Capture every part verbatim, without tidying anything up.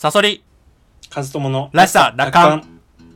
サソリカズトモのらしさ楽観。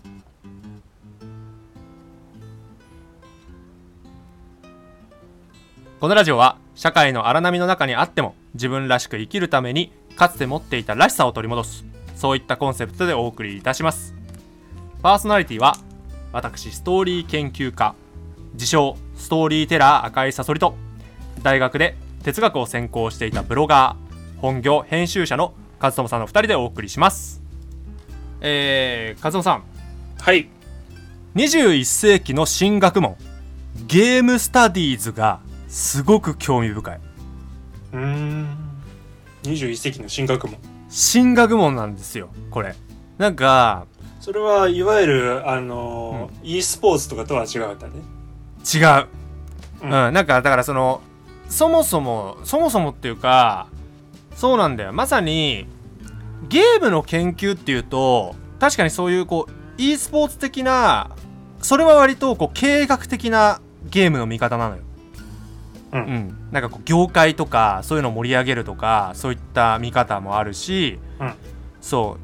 このラジオは社会の荒波の中にあっても自分らしく生きるためにかつて持っていたらしさを取り戻す、そういったコンセプトでお送りいたします。パーソナリティは私ストーリー研究家自称ストーリーテラー赤井サソリと、大学で哲学を専攻していたブロガー本業編集者のカズトモさんのふたりでお送りします。えー、カズトモさん、 はい、 にじゅういっ世紀の新学問ゲームスタディーズがすごく興味深い。 うーんにじゅういっ世紀の新学問新学問なんですよこれ。なんかそれはいわゆるあの、うん、e スポーツとかとは違うんだね。 違う、うん、うん、なんかだからそのそもそもそもそもっていうか、そうなんだよ、まさにゲームの研究っていうと確かにそういうこう e スポーツ的な、それは割とこう経営学的なゲームの見方なのよ。うん、うん、なんかこう業界とかそういうのを盛り上げるとかそういった見方もあるし、うん、そう、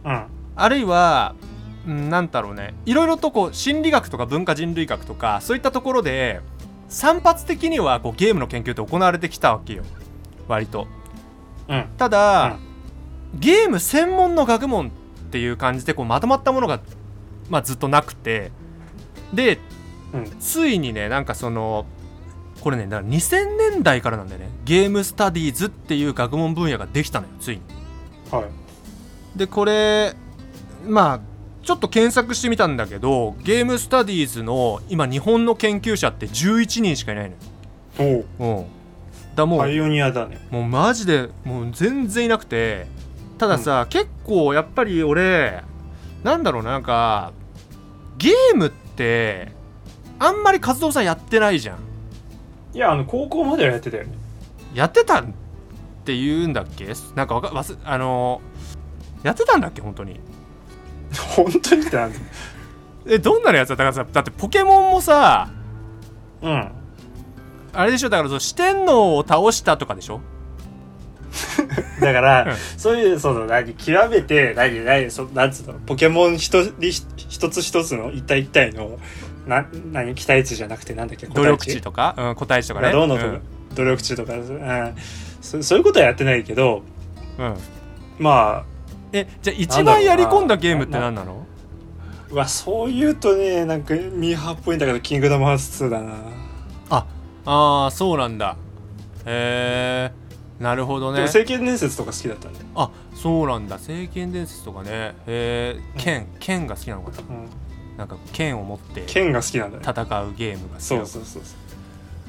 うん、あるいは、うん、なんだろうね、いろいろとこう心理学とか文化人類学とかそういったところで散発的にはこうゲームの研究って行われてきたわけよ割と、うん、ただ、うん、ゲーム専門の学問っていう感じでこうまとまったものが、まあ、ずっとなくて、で、うん、ついにね、なんかそのこれね、だからにせんねんだいからなんだよね、ゲームスタディーズっていう学問分野ができたのよついに。はい。でこれまあちょっと検索してみたんだけど、ゲームスタディーズの今日本の研究者ってじゅういちにんしかいないのよ。おう、うん、だもうパイオニアだね。もうマジでもう全然いなくて、たださ、うん、結構やっぱり俺なんだろうな、なんかゲームってあんまり活動さんやってないじゃん。 いや、あの高校まではやってたよね。 やってたって言うんだっけ、なんかわかわすあのやってたんだっけ本当に本当にってなんだえ、どんなのやつだったからさ、だってポケモンもさ、 うんあれでしょ、だからその四天王を倒したとかでしょだから、うん、そういうその何極めて何何そなんつうの、ポケモン一人一つ一つの一体一体のな何期待値じゃなくてなんだっけ、 努力値とか、うん、個体値とかね、 どうのとか、うん、努力値とか、うん、そ, そういうことはやってないけど、うん、まあえ、じゃあ一番やり込んだゲームって何なの？ うわ、そう言うとね、なんかミーハーっぽいんだけどキングダムハーツツーだな。 ああー、そうなんだ。へえ、なるほどね。 でも聖剣伝説とか好きだったね。 あ、そうなんだ、聖剣伝説とかね。へえ、剣、剣が好きなのかな、うん、なんか剣を持って剣が好きなんだね、 戦うゲームが好き。 そうそうそうそう、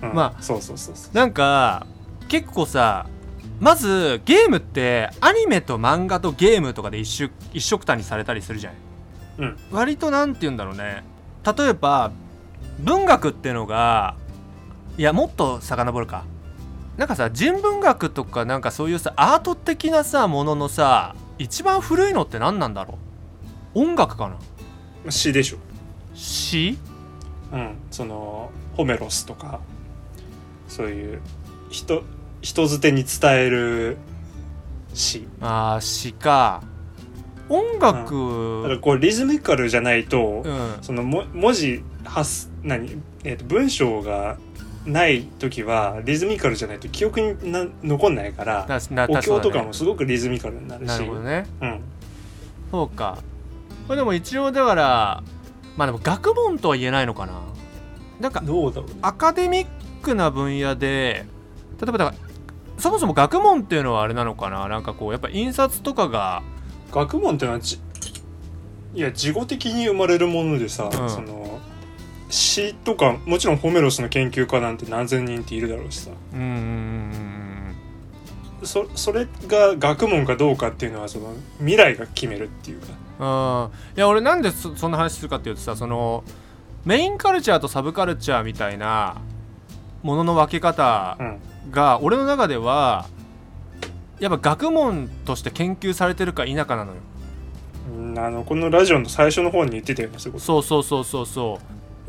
うん、まあそうそうそうそう、 なんか結構さ、まずゲームってアニメと漫画とゲームとかで一緒一緒くたにされたりするじゃん、うん、割となんて言うんだろうね、例えば文学っていうのが、いやもっと遡るか、なんかさ人文学とかなんかそういうさアート的なさもののさ一番古いのって何なんだろう。音楽かな。 詩でしょ。 詩？ うん、そのホメロスとかそういう人人づてに伝える詩。 あー、詩か。音楽、うん、 だからこうリズミカルじゃないと、うん、そのも文字発何、えーと、文章がない時はリズミカルじゃないと記憶にな残んないから、お経とかもすごくリズミカルになるし。 なるほどね、 うん、 そうか。これでも一応だからまあでも学問とは言えないのかな。なんかどうだろう、ね、 アカデミックな分野で、例えばだからそもそも学問っていうのはあれなのかな、なんかこうやっぱ印刷とかが、 学問っていうのはじいや自己的に生まれるものでさ、うん、その詩とかもちろんホメロスの研究家なんて何千人っているだろうしさ、うんうんうん、そ, それが学問かどうかっていうのはその未来が決めるっていうか。 あ、いや俺なんで そ, そんな話するかっていうとさ、そのメインカルチャーとサブカルチャーみたいなものの分け方が俺の中ではやっぱ学問として研究されてるか否かなのよ。 あのこのラジオの最初の方に言ってたよね。そうそうそうそうそうそう、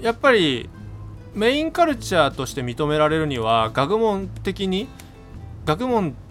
やっぱりメインカルチャーとして認められるには学問的に学問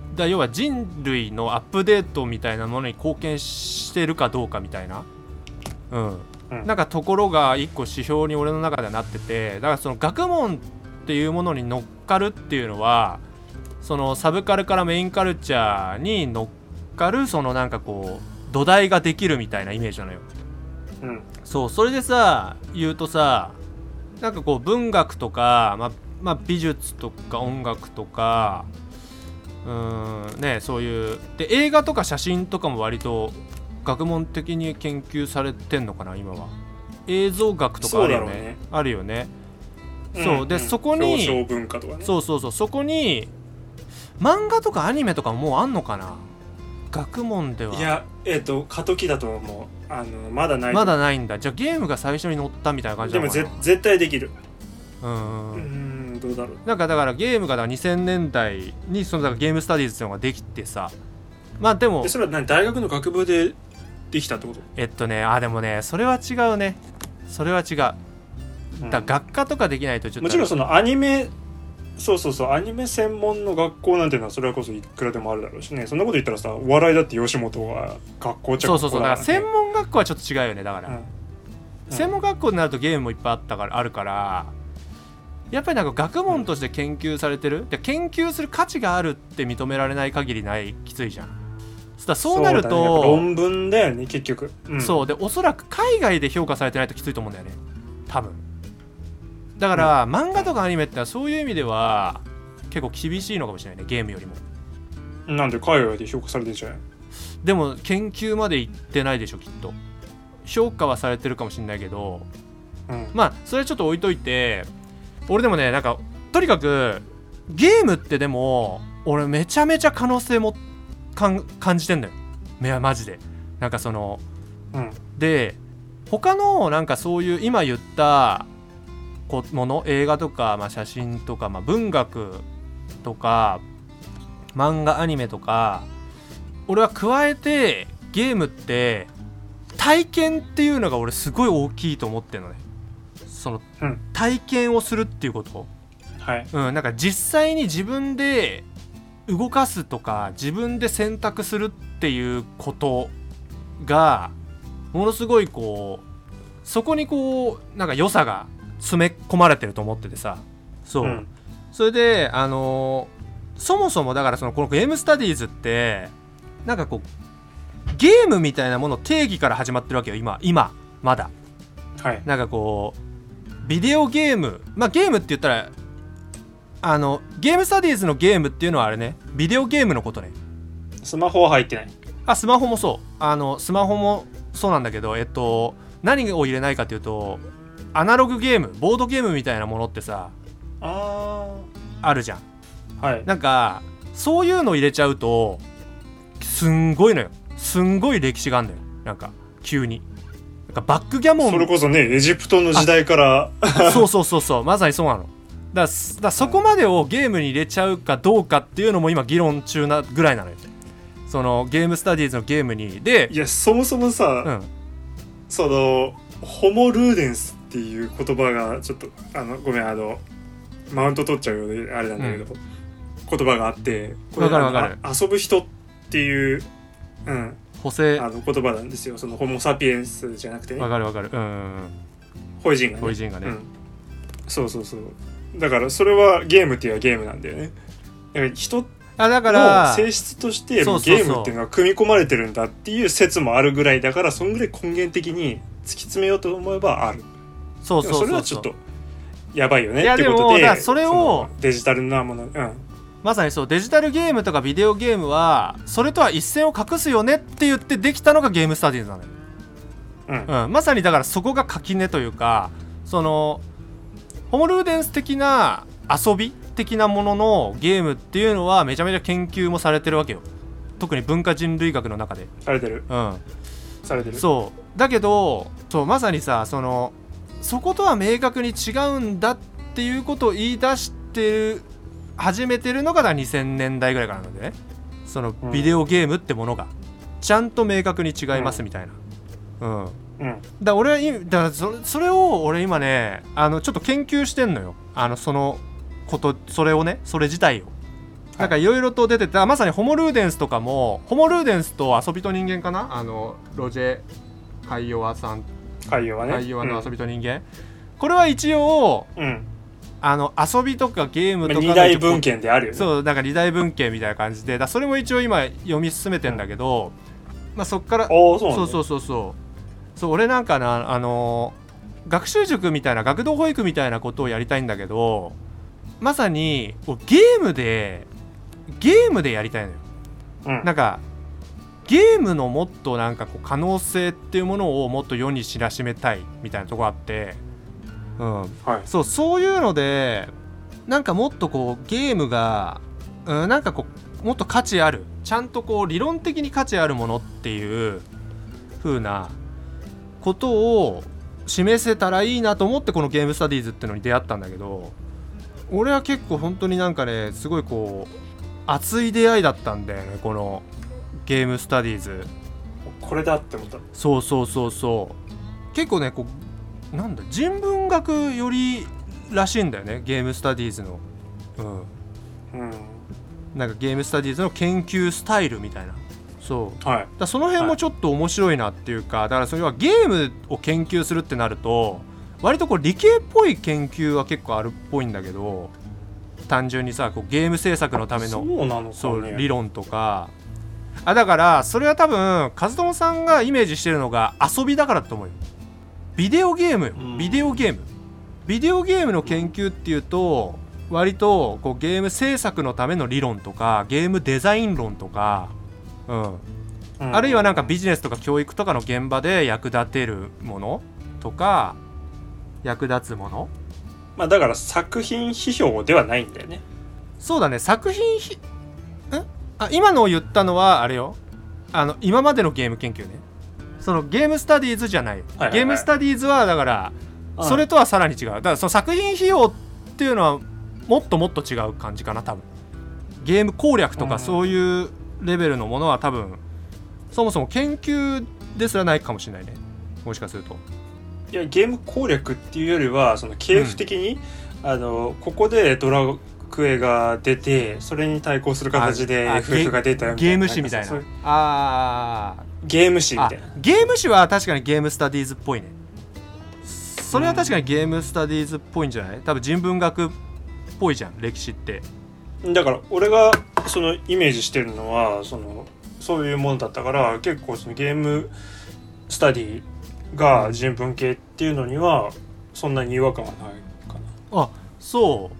だ要は人類のアップデートみたいなものに貢献してるかどうかみたいな、うん、うん、なんかところが一個指標に俺の中ではなってて、だからその学問っていうものに乗っかるっていうのはそのサブカルからメインカルチャーに乗っかるそのなんかこう土台ができるみたいなイメージなのよ、うん、そうそれでさ言うとさなんかこう文学とか、まあまあ、美術とか音楽とかうーんねそういうで映画とか写真とかも割と学問的に研究されてんのかな今は。映像学とかあるよ ね, ねあるよね、うん、そうで、うん、そこに表彰文化とかね、 そうそうそうそこに漫画とかアニメとかもうあんのかな学問では。 いやえっ、ー、と過渡期だと思う。あのまだないまだないんだ。じゃあゲームが最初に載ったみたいな感じなのかな。 でもぜ絶対できる。 うんうんどうだろう。 なんかだからゲームがだにせんねんだいにそのだからゲームスタディーズっていうのができてさ、まあでもでそれは何大学の学部でできたってこと？ えっとねあでもねそれは違うね。それは違う。だ学科とかできないとちょっと、 もちろんそのアニメそうそうそうアニメ専門の学校なんていうのはそれはこそいくらでもあるだろうしね。そんなこと言ったらさお笑いだって吉本は学校ちゃ学校だから、ね、 そうそうそうだから専門学校はちょっと違うよね。だから、うんうん、専門学校になるとゲームもいっぱいあったからあるからやっぱりなんか学問として研究されてる、で研究する価値があるって認められない限りないきついじゃん。そうなると、 ね、論文だよね結局、 うん、そうでおそらく海外で評価されてないときついと思うんだよね多分。だから、うん、漫画とかアニメってのはそういう意味では結構厳しいのかもしれないねゲームよりも。 なんで海外で評価されてるじゃん。 でも研究までいってないでしょきっと。評価はされてるかもしれないけど、うん、まあそれちょっと置いといて俺でもねなんかとにかくゲームってでも俺めちゃめちゃ可能性も感じてんだよマジで。なんかその、うん、で他のなんかそういう今言ったもの映画とか、まあ、写真とか、まあ、文学とか漫画アニメとか俺は加えてゲームって体験っていうのが俺すごい大きいと思ってるのね。その、うん、体験をするっていうこと、はいうん、なんか実際に自分で動かすとか自分で選択するっていうことがものすごいこうそこにこうなんか良さが詰め込まれてると思っててさそう、うん、それであのー、そもそもだからそのこのゲームスタディーズってなんかこうゲームみたいなもの定義から始まってるわけよ今今まだ、はい、なんかこうビデオゲームまあゲームって言ったらあのゲームスタディーズのゲームっていうのはあれねビデオゲームのことね。 スマホは入ってない。 あスマホもそうあのスマホもそうなんだけどえっと何を入れないかっていうとアナログゲームボードゲームみたいなものってさ あ, あるじゃん、はい、なんかそういうの入れちゃうとすんごいのよすんごい歴史があるんだよ。なんか急になんかバックギャモンそれこそねエジプトの時代からそうそうそうそうまさにそうなの。だからだそこまでをゲームに入れちゃうかどうかっていうのも今議論中なぐらいなのよ。そのゲームスタディーズのゲームにでいやそもそもさ、うん、そのホモルーデンスっていう言葉がちょっとあのごめんあのマウント取っちゃうようであれなんだけど、うん、言葉があってこれわかるわかる遊ぶ人っていう、うん、 補正あの言葉なんですよ。そのホモサピエンスじゃなくてねわかるわかるうんホイジンがねホイジンがね、うん、 そうそうそうだからそれはゲームっていうゲームなんだよね。だから人あだからの性質としてゲームっていうのは組み込まれてるんだっていう説もあるぐらいだからそんぐらい根源的に突き詰めようと思えばある。 そうそうそうそう。 それはちょっとやばいよねってことで、 いやでもそれをデジタルなもの、うん、 まさにそうデジタルゲームとかビデオゲームはそれとは一線を画すよねって言ってできたのがゲームスタディーズなのよ、うんうん、まさにだからそこが垣根というかそのホモルーデンス的な遊び的なもののゲームっていうのはめちゃめちゃ研究もされてるわけよ。特に文化人類学の中でされてる、 うん、 されてる。 そうだけどそうまさにさそのそことは明確に違うんだっていうことを言い出してる始めてるのがにせんねんだいぐらいからなんでねそのビデオゲームってものがちゃんと明確に違いますみたいな、うんうんうん、だ俺はだから そ, それを俺今ねあのちょっと研究してんのよ。あのそのことそれをねそれ自体を、 なんかいろいろと出てた、まさにホモルーデンスとかも、ホモルーデンスと遊びと人間かな、あのロジェ・カイヨワさん、 カイヨワね、 カイヨワの遊びと人間、うん、これは一応、うん、あの遊びとかゲームとかの二大文献であるよね。 そう、なんか二大文献みたいな感じで、だそれも一応今読み進めてんだけど、うん、まあそっから、 そうそうそうそうそうそう、俺なんかな、あの学習塾みたいな、学童保育みたいなことをやりたいんだけど、まさにゲームでゲームでやりたいのよ、うん、なんかゲームのもっとなんかこう可能性っていうものをもっと世に知らしめたいみたいなとこあって、うん、はい、そうそういうのでなんかもっとこうゲームが、うん、なんかこうもっと価値ある、ちゃんとこう理論的に価値あるものっていう風なことを示せたらいいなと思ってこのゲームスタディーズっていうのに出会ったんだけど、俺は結構本当になんかね、すごいこう熱い出会いだったんだよね、このゲームスタディーズ。 これだって思った。 そうそうそうそう、結構ねこうなんだ人文学よりらしいんだよね、ゲームスタディーズの、うん、うん、なんかゲームスタディーズの研究スタイルみたいな、そう、はい、だその辺もちょっと面白いなっていうか、はい、だからそれはゲームを研究するってなると割とこう理系っぽい研究は結構あるっぽいんだけど、単純にさこうゲーム制作のためのそうなのか、ね、 そう理論とか、あだからそれは多分和友さんがイメージしてるのが遊びだからだと思うよ。ビデオゲームよ、うん、ビデオゲームビデオゲームの研究っていうと割とこうゲーム制作のための理論とかゲームデザイン論とか、うんうん、あるいはなんかビジネスとか教育とかの現場で役立てるものとか役立つもの、 まあだから作品批評ではないんだよね。 そうだね、作品ひんあ今のを言ったのはあれよ、あの今までのゲーム研究ね、そのゲームスタディーズじゃないよ、はいはいはい、ゲームスタディーズはだからそれとはさらに違う、だからその作品費用っていうのはもっともっと違う感じかな多分。ゲーム攻略とかそういうレベルのものは多分そもそも研究ですらないかもしれないね、もしかすると。 いやゲーム攻略っていうよりはその系譜的に、うん、あのここでドラクエが出てそれに対抗する形で エフエフ が出たよみたいな、 ゲーム誌みたいな、あゲーム誌みたいな、 ゲーム誌は確かにゲームスタディーズっぽいね。それは確かにゲームスタディーズっぽいんじゃない？多分人文学っぽいじゃん歴史って。 だから俺がそのイメージしてるのはそのそういうものだったから、結構そのゲームスタディが人文系っていうのにはそんなに違和感はないかな。あ、そう、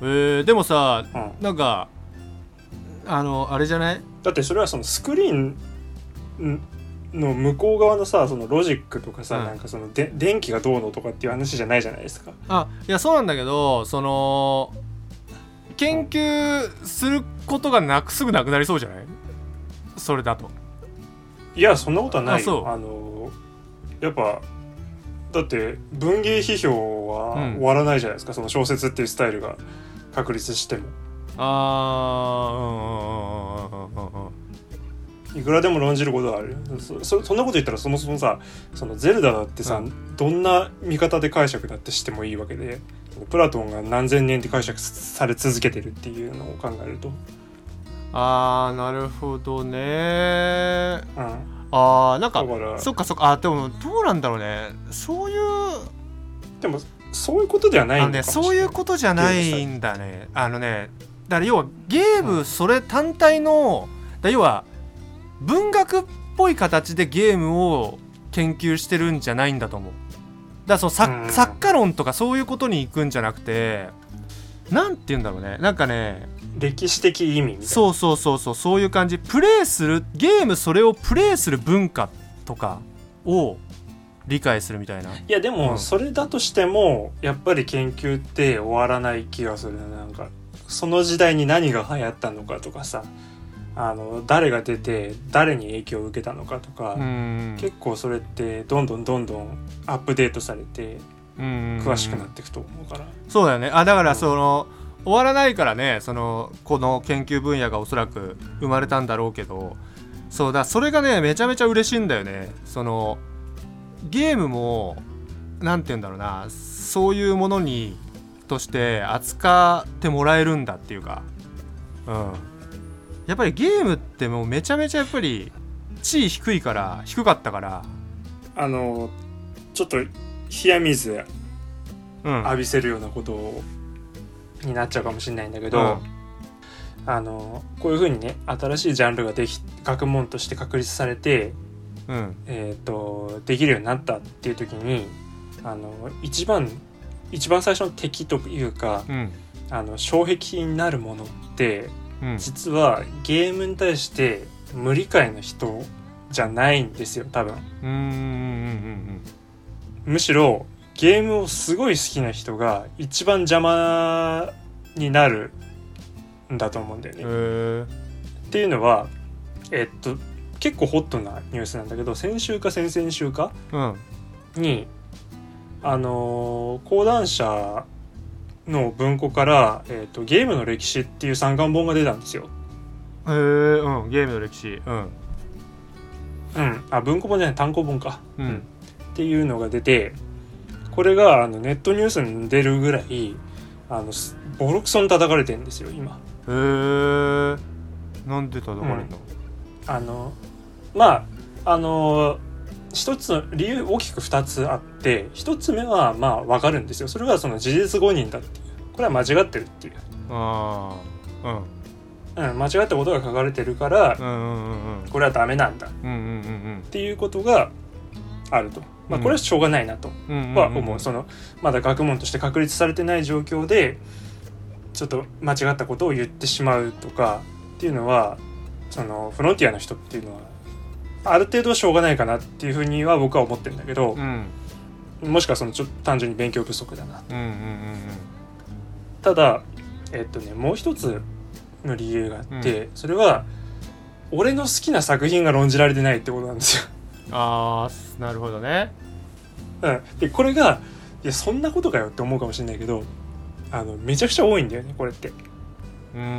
えー、でもさ、うん、なんかあのあれじゃない？ だってそれはそのスクリーンの向こう側のさ、そのロジックとかさ、うん、なんかそので電気がどうのとかっていう話じゃないじゃないですか。 あ、いやそうなんだけど、その研究することがなくすぐなくなりそうじゃない？それだと。 いやそんなことはないよ。 ああのやっぱだって文芸批評は終わらないじゃないですか、うん、その小説っていうスタイルが確立しても。 あー、うんうんうんうんうんうん。 いくらでも論じることはある。 そ, そ, そんなこと言ったらそもそもさ、そのゼルダだってさ、うん、どんな見方で解釈だってしてもいいわけで、プラトンが何千年って解釈され続けてるっていうのを考えると、 あーなるほどね、うん、あーなんかそっかそっか、あでもどうなんだろうね、そういうでもそういうことではないんだかもしれない、ね、 そういうことじゃないんだね。あのねだから要はゲームそれ単体の、うん、だ要は文学っぽい形でゲームを研究してるんじゃないんだと思う。だからその作、うん、作家論とかそういうことに行くんじゃなくて、なんて言うんだろうね、なんかね歴史的意味みたいな、 そうそうそうそう、そういう感じ。プレイするゲーム、それをプレイする文化とかを理解するみたいな。いやでもそれだとしても、うん、やっぱり研究って終わらない気がする。なんかその時代に何が流行ったのかとかさ、あの誰が出て誰に影響を受けたのかとか、うん、結構それってどんどんどんどんアップデートされて詳しくなっていくと思うから。 そうだよね。あだからその、うん、終わらないからね、そのこの研究分野がおそらく生まれたんだろうけど、そうだ、それがねめちゃめちゃ嬉しいんだよね。そのゲームもなんて言うんだろうな、そういうものにとして扱ってもらえるんだっていうか、 うん、やっぱりゲームってもうめちゃめちゃやっぱり地位低いから低かったからあのちょっと冷や水浴びせるようなことになっちゃうかもしれないんだけど、うん、あのこういう風にね新しいジャンルができ学問として確立されて、うんえー、とできるようになったっていう時にあの一番一番最初の敵というか、うん、あの障壁になるものって、うん、実はゲームに対して無理解の人じゃないんですよ多分。うんうんうんうん、むしろゲームをすごい好きな人が一番邪魔になるんだと思うんだよね。へー。っていうのはえっと結構ホットなニュースなんだけど先週か先々週か、うん、にあのー、講談社の文庫から、えーと、ゲームの歴史っていう三巻本が出たんですよ。 へー、うん、ゲームの歴史、うん、 うん、あ文庫本じゃない単行本か、うん、っていうのが出てこれがあのネットニュースに出るぐらいあのボロクソに叩かれてるんですよ今。 へー、なんで叩かれるの、うん、 あのまああの一つの理由大きくふたつあって一つ目はまあ分かるんですよ。それはその事実誤認だっていうこれは間違ってるっていうあ、うんうん、間違ったことが書かれてるから、うんうんうんうん、これはダメなんだ、うんうんうんうん、っていうことがあると、まあ、これはしょうがないなとは思う。そのまだ学問として確立されてない状況でちょっと間違ったことを言ってしまうとかっていうのはそのフロンティアの人っていうのはある程度はしょうがないかなっていうふうには僕は思ってるんだけど、うん、もしくはそのちょっと単純に勉強不足だな、うんうんうんうん、ただえっとねもう一つの理由があって、うん、それは俺の好きな作品が論じられてないってことなんですよ。 あーなるほどね、 うん、でこれがいやそんなことかよって思うかもしれないけどあのめちゃくちゃ多いんだよねこれって。うーんうん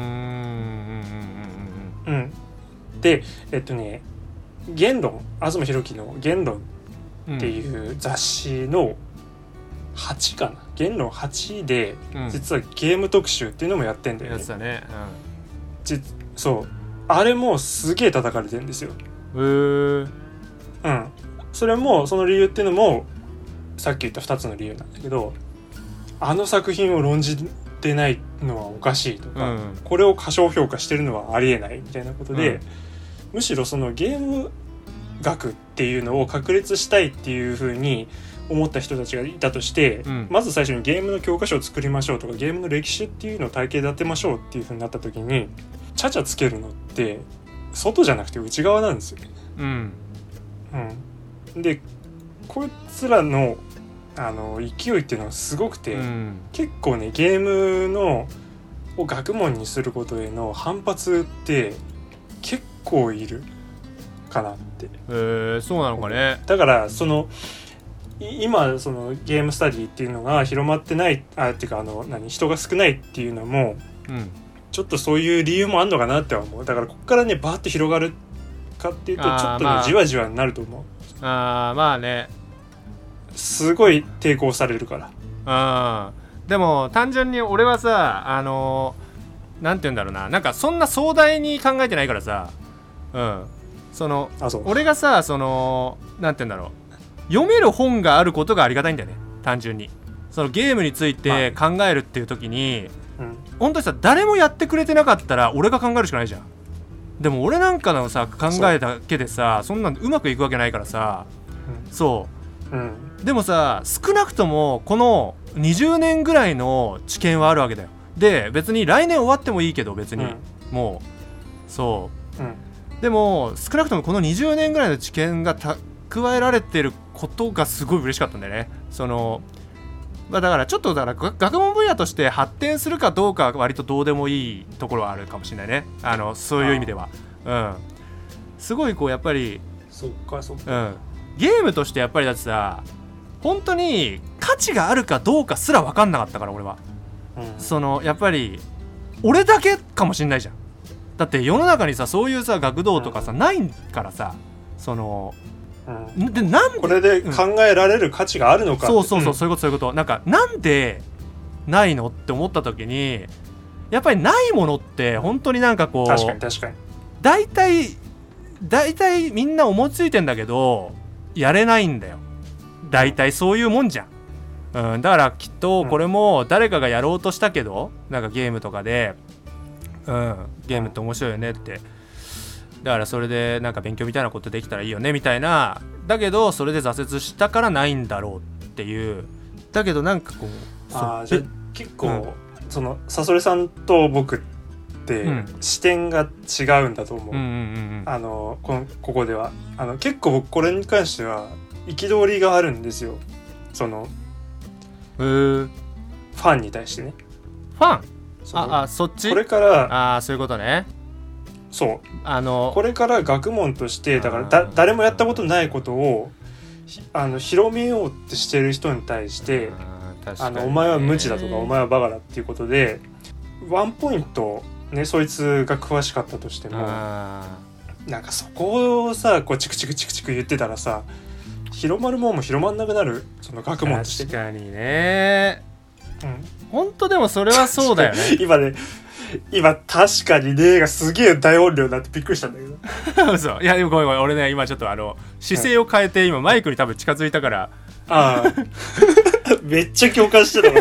うんうんうんでえっとね言論東博樹の言論っていう雑誌のはちかな、うん、言論はちで実はゲーム特集っていうのもやってんだよね。やつだね、うん、じそうあれもすげえ叩かれてるんですよ。へー、うん、それもその理由っていうのもさっき言ったふたつの理由なんだけどあの作品を論じてないのはおかしいとか、うん、これを過小評価してるのはありえないみたいなことで、うん、むしろそのゲーム学っていうのを確立したいっていう風に思った人たちがいたとして、うん、まず最初にゲームの教科書を作りましょうとかゲームの歴史っていうのを体系立てましょうっていう風になった時にちゃちゃつけるのって外じゃなくて内側なんですよね。うんうん、でこいつらのあの勢いっていうのはすごくて、うん、結構ねゲームのを学問にすることへの反発って結構いるかなって。 へー、そうなのかね。 だからその今そのゲームスタディっていうのが広まってないあっていうかあの何人が少ないっていうのも、うん、ちょっとそういう理由もあんのかなって思う。だからここからねバーッと広がるかっていうとちょっとね、まあ、じわじわになると思う。 ああまあねすごい抵抗されるから。 あでも単純に俺はさあのー、なんて言うんだろうななんかそんな壮大に考えてないからさ、うんそのあそう俺がさそのなんて言うんだろう読める本があることがありがたいんだよね単純に。そのゲームについて考えるっていう時に、まあうん、本当にさ誰もやってくれてなかったら俺が考えるしかないじゃん。でも俺なんかのさ考えだけでさ そ, そんなうまくいくわけないからさ、うん、そう、うん、でもさ少なくともこのにじゅうねんぐらいの知見はあるわけだよ。で別に来年終わってもいいけど別に、うん、もうそう、うん、でも少なくともこのにじゅうねんぐらいの知見が蓄えられてることがすごい嬉しかったんだよね。そのまあ、だからちょっとだから学問分野として発展するかどうかは割とどうでもいいところはあるかもしれないね。あのそういう意味では、うん、すごいこうやっぱりそっかそっか、 うん、ゲームとしてやっぱりだってさ本当に価値があるかどうかすら分かんなかったから俺は、うん、そのやっぱり俺だけかもしれないじゃん。だって世の中にさそういうさ学童とかさ、うん、ないからさそのうん、でなんでこれで考えられる価値があるのか、 うん、そうそうそう、うん、そういうことそういうことなんかなんでないのって思った時にやっぱりないものって本当になんかこう確かに確かに大体大体みんな思いついてんだけどやれないんだよ。大体そういうもんじゃん、うん、だからきっとこれも誰かがやろうとしたけど、なんかゲームとかで、うん、ゲームって面白いよねって、だからそれでなんか勉強みたいなことできたらいいよねみたいな、だけどそれで挫折したからないんだろうっていう。だけどなんかこうあじゃあ結構、うん、そのサソリさんと僕って視点が違うんだと思う、うんうんうんうん、あの こ, ここではあの結構僕これに関しては憤りがあるんですよ。そのへーファンに対してね。 ファンああそっちこれからあそういうことね。 そうあのこれから学問としてだからだ誰もやったことないことをあの広めようってしてる人に対してあのお前は無知だとかお前はバカだっていうことでワンポイントねそいつが詳しかったとしてもなんかそこをさこうチクチクチクチク言ってたらさ広まるもんも広まんなくなるその学問として。 確かにね、うん、本当でもそれはそうだよね今ね今確かにねがすげえ大音量になってびっくりしたんだけど嘘いやでもごめんごめん俺ね今ちょっとあの姿勢を変えて今マイクに多分近づいたからああめっちゃ共感してた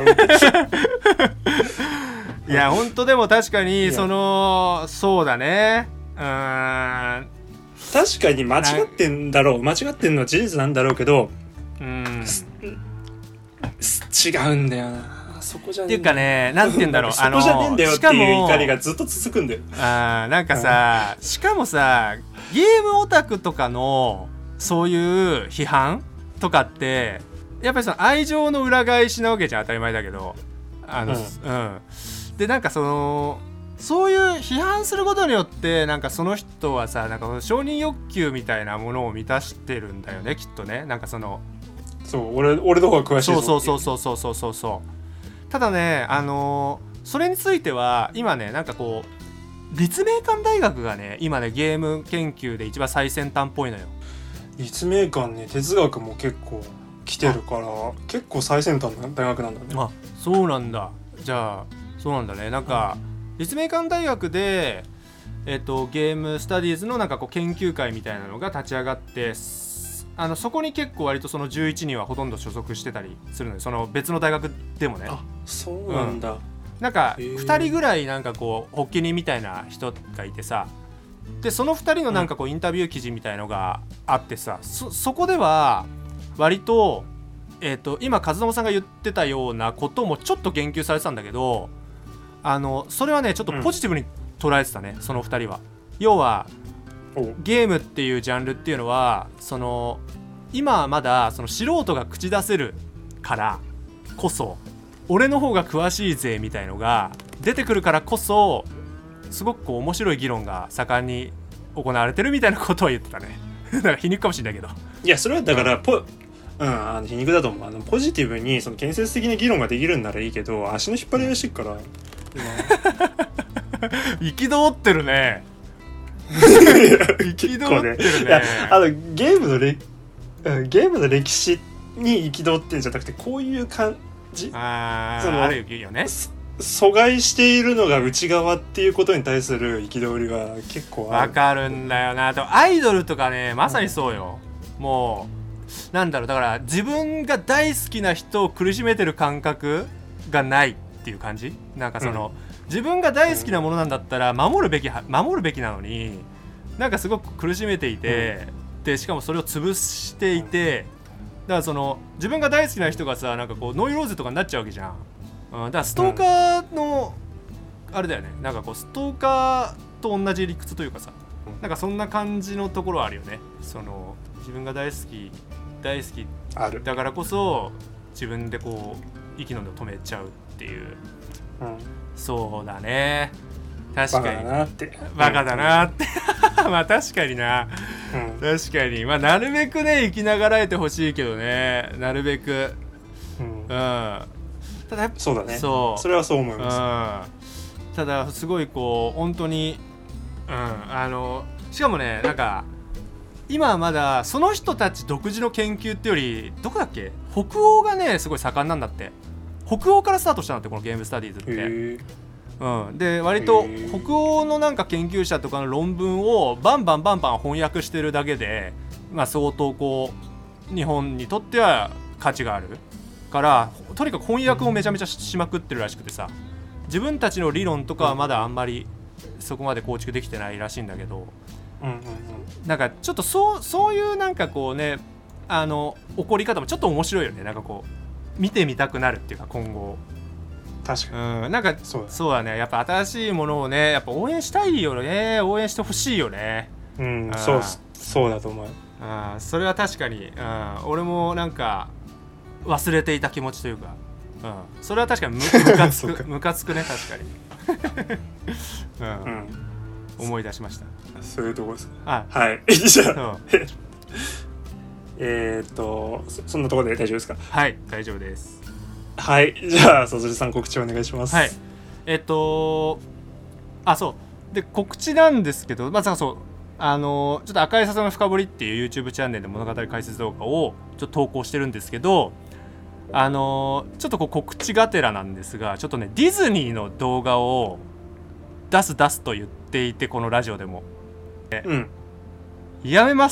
いや本当でも確かにそのそうだねうーん確かに間違ってんだろう間違ってんのは事実なんだろうけどうん違うんだよなそこじゃねえっていうかねなんて言うんだろうそこじゃねえんだよっていう怒りがずっと続くんだよ。 あなんかさ、うん、しかもさゲームオタクとかのそういう批判とかってやっぱりその愛情の裏返しなわけじゃん当たり前だけどあの、うんうん、でなんかそのそういう批判することによってなんかその人はさなんか承認欲求みたいなものを満たしてるんだよねきっとね。なんかそのそう俺俺の方が詳しいぞそうそうそうそうそうそうそうただねあのー、それについては今ねなんかこう立命館大学がね今ねゲーム研究で一番最先端っぽいのよ。 立命館ね哲学も結構来てるから結構最先端の大学なんだね。 あそうなんだ。じゃあそうなんだね。なんか、うん、立命館大学で、えーと、ゲームスタディーズのなんかこう研究会みたいなのが立ち上がってあのそこに結構割とそのじゅういちにんはほとんど所属してたりするのよ。その別の大学でもね。 あそうなんだ、うん、 なんかふたりぐらいなんかこう発起人みたいな人がいてさでそのふたりのなんかこうインタビュー記事みたいのがあってさ、うん、そ, そこでは割と、えーと、今和友さんが言ってたようなこともちょっと言及されてたんだけどあのそれはねちょっとポジティブに捉えてたね、うん、そのふたりは。要はゲームっていうジャンルっていうのはその今はまだその素人が口出せるからこそ俺の方が詳しいぜみたいのが出てくるからこそすごくこう面白い議論が盛んに行われてるみたいなことは言ってたねだから皮肉かもしれないけどいやそれはだからポ、うんうん、あの皮肉だと思う。あのポジティブにその建設的な議論ができるんならいいけど足の引っ張り合いしてるから憤ってるね憤ってるね。 いやあのゲームのレゲームの歴史に憤ってるんじゃなくてこういう感じあそのあるよね阻害しているのが内側っていうことに対する憤りは結構ある。 わかるんだよな。でもアイドルとかねまさにそうよ、うん、もうなんだろうだから自分が大好きな人を苦しめてる感覚がないっていう感じ。なんかその、うん、自分が大好きなものなんだったら守るべき守るべきなのになんかすごく苦しめていて、うん、でしかもそれを潰していて、だからその自分が大好きな人がさなんかこうノイローゼとかになっちゃうわけじゃん、うん、だからストーカーの、うん、あれだよねなんかこうストーカーと同じ理屈というかさなんかそんな感じのところはあるよね。その自分が大好き大好きあるだからこそ自分でこう息の根を止めちゃうっていう、うん、そうだね確かにバカだなってバカだなってまあ確かにな、うん、確かにまあなるべくね生きながらえてほしいけどねなるべくうん、うん、ただそうだねそうそれはそう思います、うん、ただすごいこう本当にうんあのしかもねなんか今はまだその人たち独自の研究ってよりどこだっけ北欧がねすごい盛んなんだって。北欧からスタートしたんだってこのゲームスタディーズって、 うん、で割と北欧のなんか研究者とかの論文をバンバンバンバン翻訳してるだけで、まあ、相当こう日本にとっては価値があるからとにかく翻訳をめちゃめちゃしまくってるらしくてさ、自分たちの理論とかはまだあんまりそこまで構築できてないらしいんだけど、 うんうんうん、 なんかちょっとそうそういうなんかこうねあの起こり方もちょっと面白いよね。なんかこう見てみたくなるっていうか今後確かに、 うん、なんかそう だ, そうだねやっぱ新しいものをねやっぱ応援したいよね、応援してほしいよね。 うんそうそうだと思う。 あそれは確かに、うん、俺もなんか忘れていた気持ちというか、うん、それは確かにムカつくムカつくね確かに、うんうん、思い出しました。 そういうとこですか。 あはいじゃあえっと そ, そんなところで大丈夫ですか。 はい大丈夫です。 はいじゃあさつりさん告知お願いします。 はいえっとあそうで告知なんですけどまずそうあのちょっと赤い笹の深掘りっていう YouTube チャンネルで物語解説動画をちょっと投稿してるんですけど、あのちょっとこう告知がてらなんですがちょっとねディズニーの動画を出す出すと言っていてこのラジオでも、 うん、 やめます。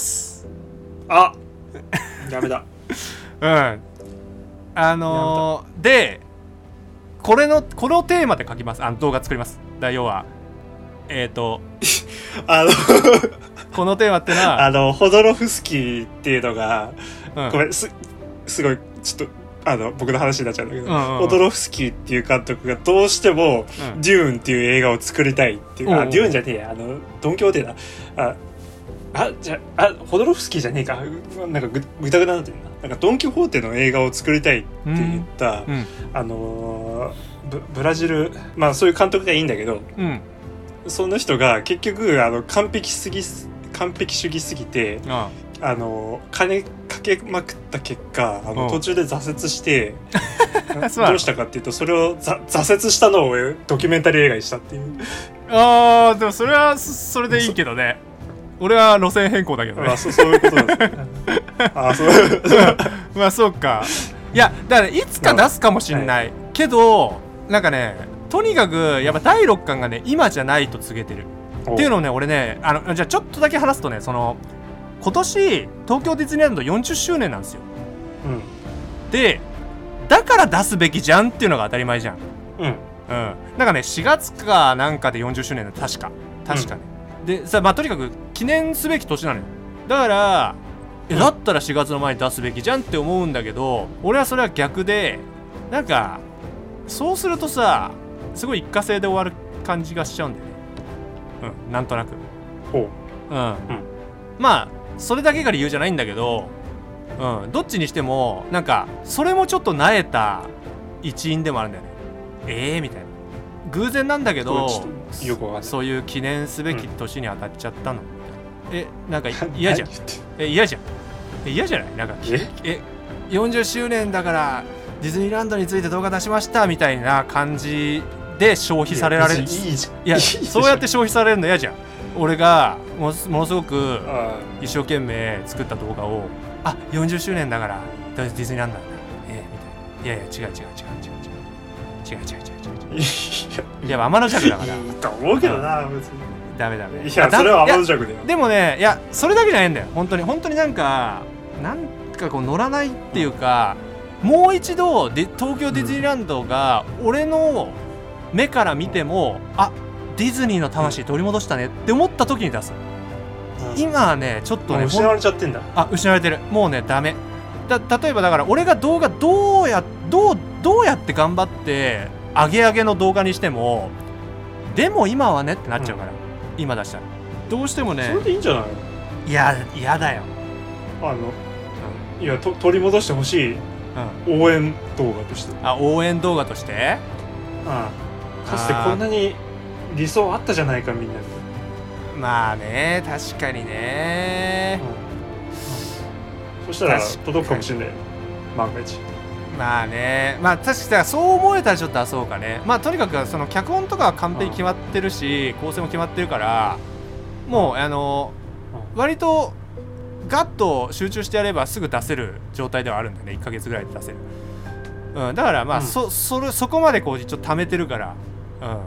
あやめだうんあのー、でこれのこのテーマで書きます。あの動画作ります。だ要はえっ、ー、とあのこのテーマってのはあのホドロフスキーっていうのが、うん、ごめん す, すごいちょっとあの僕の話になっちゃうんだけど、うんうんうん、ホドロフスキーっていう監督がどうしても、うん、デューンっていう映画を作りたいっていう、うん、あデューンじゃねえやあのドンキホーテだああじゃあホドロフスキーじゃねえかなんかぐぐたぐたなってるななんかドンキホーテの映画を作りたいって言った、うんうん、あのー、ブ, ブラジルまあそういう監督がいいんだけど、うん、その人が結局あの完璧すぎ完璧主義すぎてああの金かけまくった結果あの途中で挫折してどうしたかっていうとそれを挫折したのをドキュメンタリー映画にしたっていう。 あーでもそれはそれでいいけどね。俺は路線変更だけどね。 あ そ, そういうことなんですねあそうまあそうか。いやだからいつか出すかもしんない、はい、けどなんかねとにかくやっぱだいろっかんがね今じゃないと告げてるっていうのをね俺ねあのじゃあちょっとだけ話すとねその今年東京ディズニーランドよんじゅっしゅうねんなんですよ、うん、でだから出すべきじゃんっていうのが当たり前じゃん。うん、うん、なんかねしがつかなんかでよんじゅっしゅうねんの確か確かね、うん、でさまあとにかく記念すべき年なのよ。だからえだったらしがつの前に出すべきじゃんって思うんだけど俺はそれは逆でなんかそうするとさすごい一過性で終わる感じがしちゃうんだよね。うんなんとなくほう、 うんうん、まあそれだけが理由じゃないんだけど、うん、どっちにしてもなんかそれもちょっと萎えた一因でもあるんだよね。えーみたいな偶然なんだけどよくわかんないそういう記念すべき年に当たっちゃったの、うん、えなんか嫌じゃんえ嫌じゃんえ嫌じゃないなんかええよんじゅっしゅうねんだからディズニーランドについて動画出しましたみたいな感じで消費されられる。いや、いやそうやって消費されるの嫌じゃん。俺がも の, ものすごく一生懸命作った動画をあよんじゅっしゅうねんだからディズニーランドなんだえー、みたいないやいや違う違う違う違う違う違う違う違う違う違ういや天の弱だからいいと思うけどな別にダメダメいやそれは天の弱だよ。 でもねいやそれだけじゃないんだよ本当に本当になんかなんかこう乗らないっていうか、うん、もう一度で東京ディズニーランドが俺の目から見てもあディズニーの魂取り戻したねって思った時に出す、うん、今はねちょっとね失われちゃってんだ。 あ失われてるもうねダメだ。例えばだから俺が動画どうやどうどうやって頑張って上げ上げの動画にしてもでも今はねってなっちゃうから、うん、今出したらどうしてもねそれでいいんじゃないの。 いや嫌だよあの、うん、いやと取り戻してほしい、うん、応援動画としてあ応援動画としてうんかつてこんなに理想あったじゃないかみんなで。 まあね確かにね、 うんうん、そしたら届くかもしれない万が一。 まあねまあ確かにそう思えたらちょっとあそうかね。まあとにかくその脚本とかは完璧決まってるし、うん、構成も決まってるからもうあの、うん、割とガッと集中してやればすぐ出せる状態ではあるんだよね。いっかげつぐらいで出せる、うん、だからまあ、うん、そ, そ, れそこまでこうちょっと貯めてるから、うん、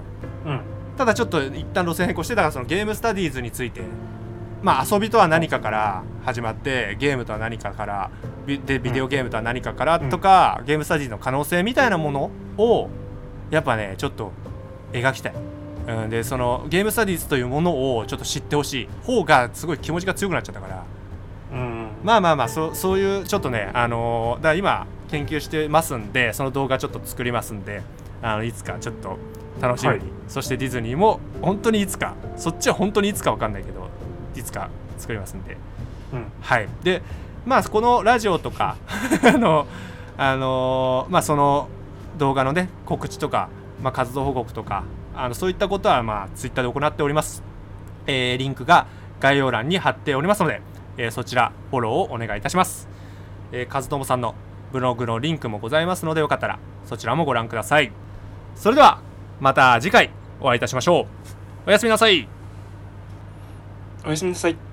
うん、 ただちょっと一旦路線変更して、だからそのゲームスタディーズについて、まあ遊びとは何かから始まって、ゲームとは何かからビでビデオゲームとは何かからとか、うん、ゲームスタディーズの可能性みたいなものをやっぱねちょっと描きたい、うん、でそのゲームスタディーズというものをちょっと知ってほしい方がすごい気持ちが強くなっちゃったから、 うん、 まあまあまあ そ, そういうちょっとね、あのー、だから今研究してますんで、その動画ちょっと作りますんで、あのいつかちょっと楽しみに、はい、そしてディズニーも本当にいつか、そっちは本当にいつか分かんないけどいつか作りますんで、 うん、 はいでまあこのラジオとかあのあのー、まあその動画のね告知とか、まあ、活動報告とか、あのそういったことはまあツイッターで行っております、えー、リンクが概要欄に貼っておりますので、えー、そちらフォローをお願いいたします。えー、カズトモさんのブログのリンクもございますので、よかったらそちらもご覧ください。それではまた次回お会いいたしましょう。おやすみなさい。 おやすみなさい。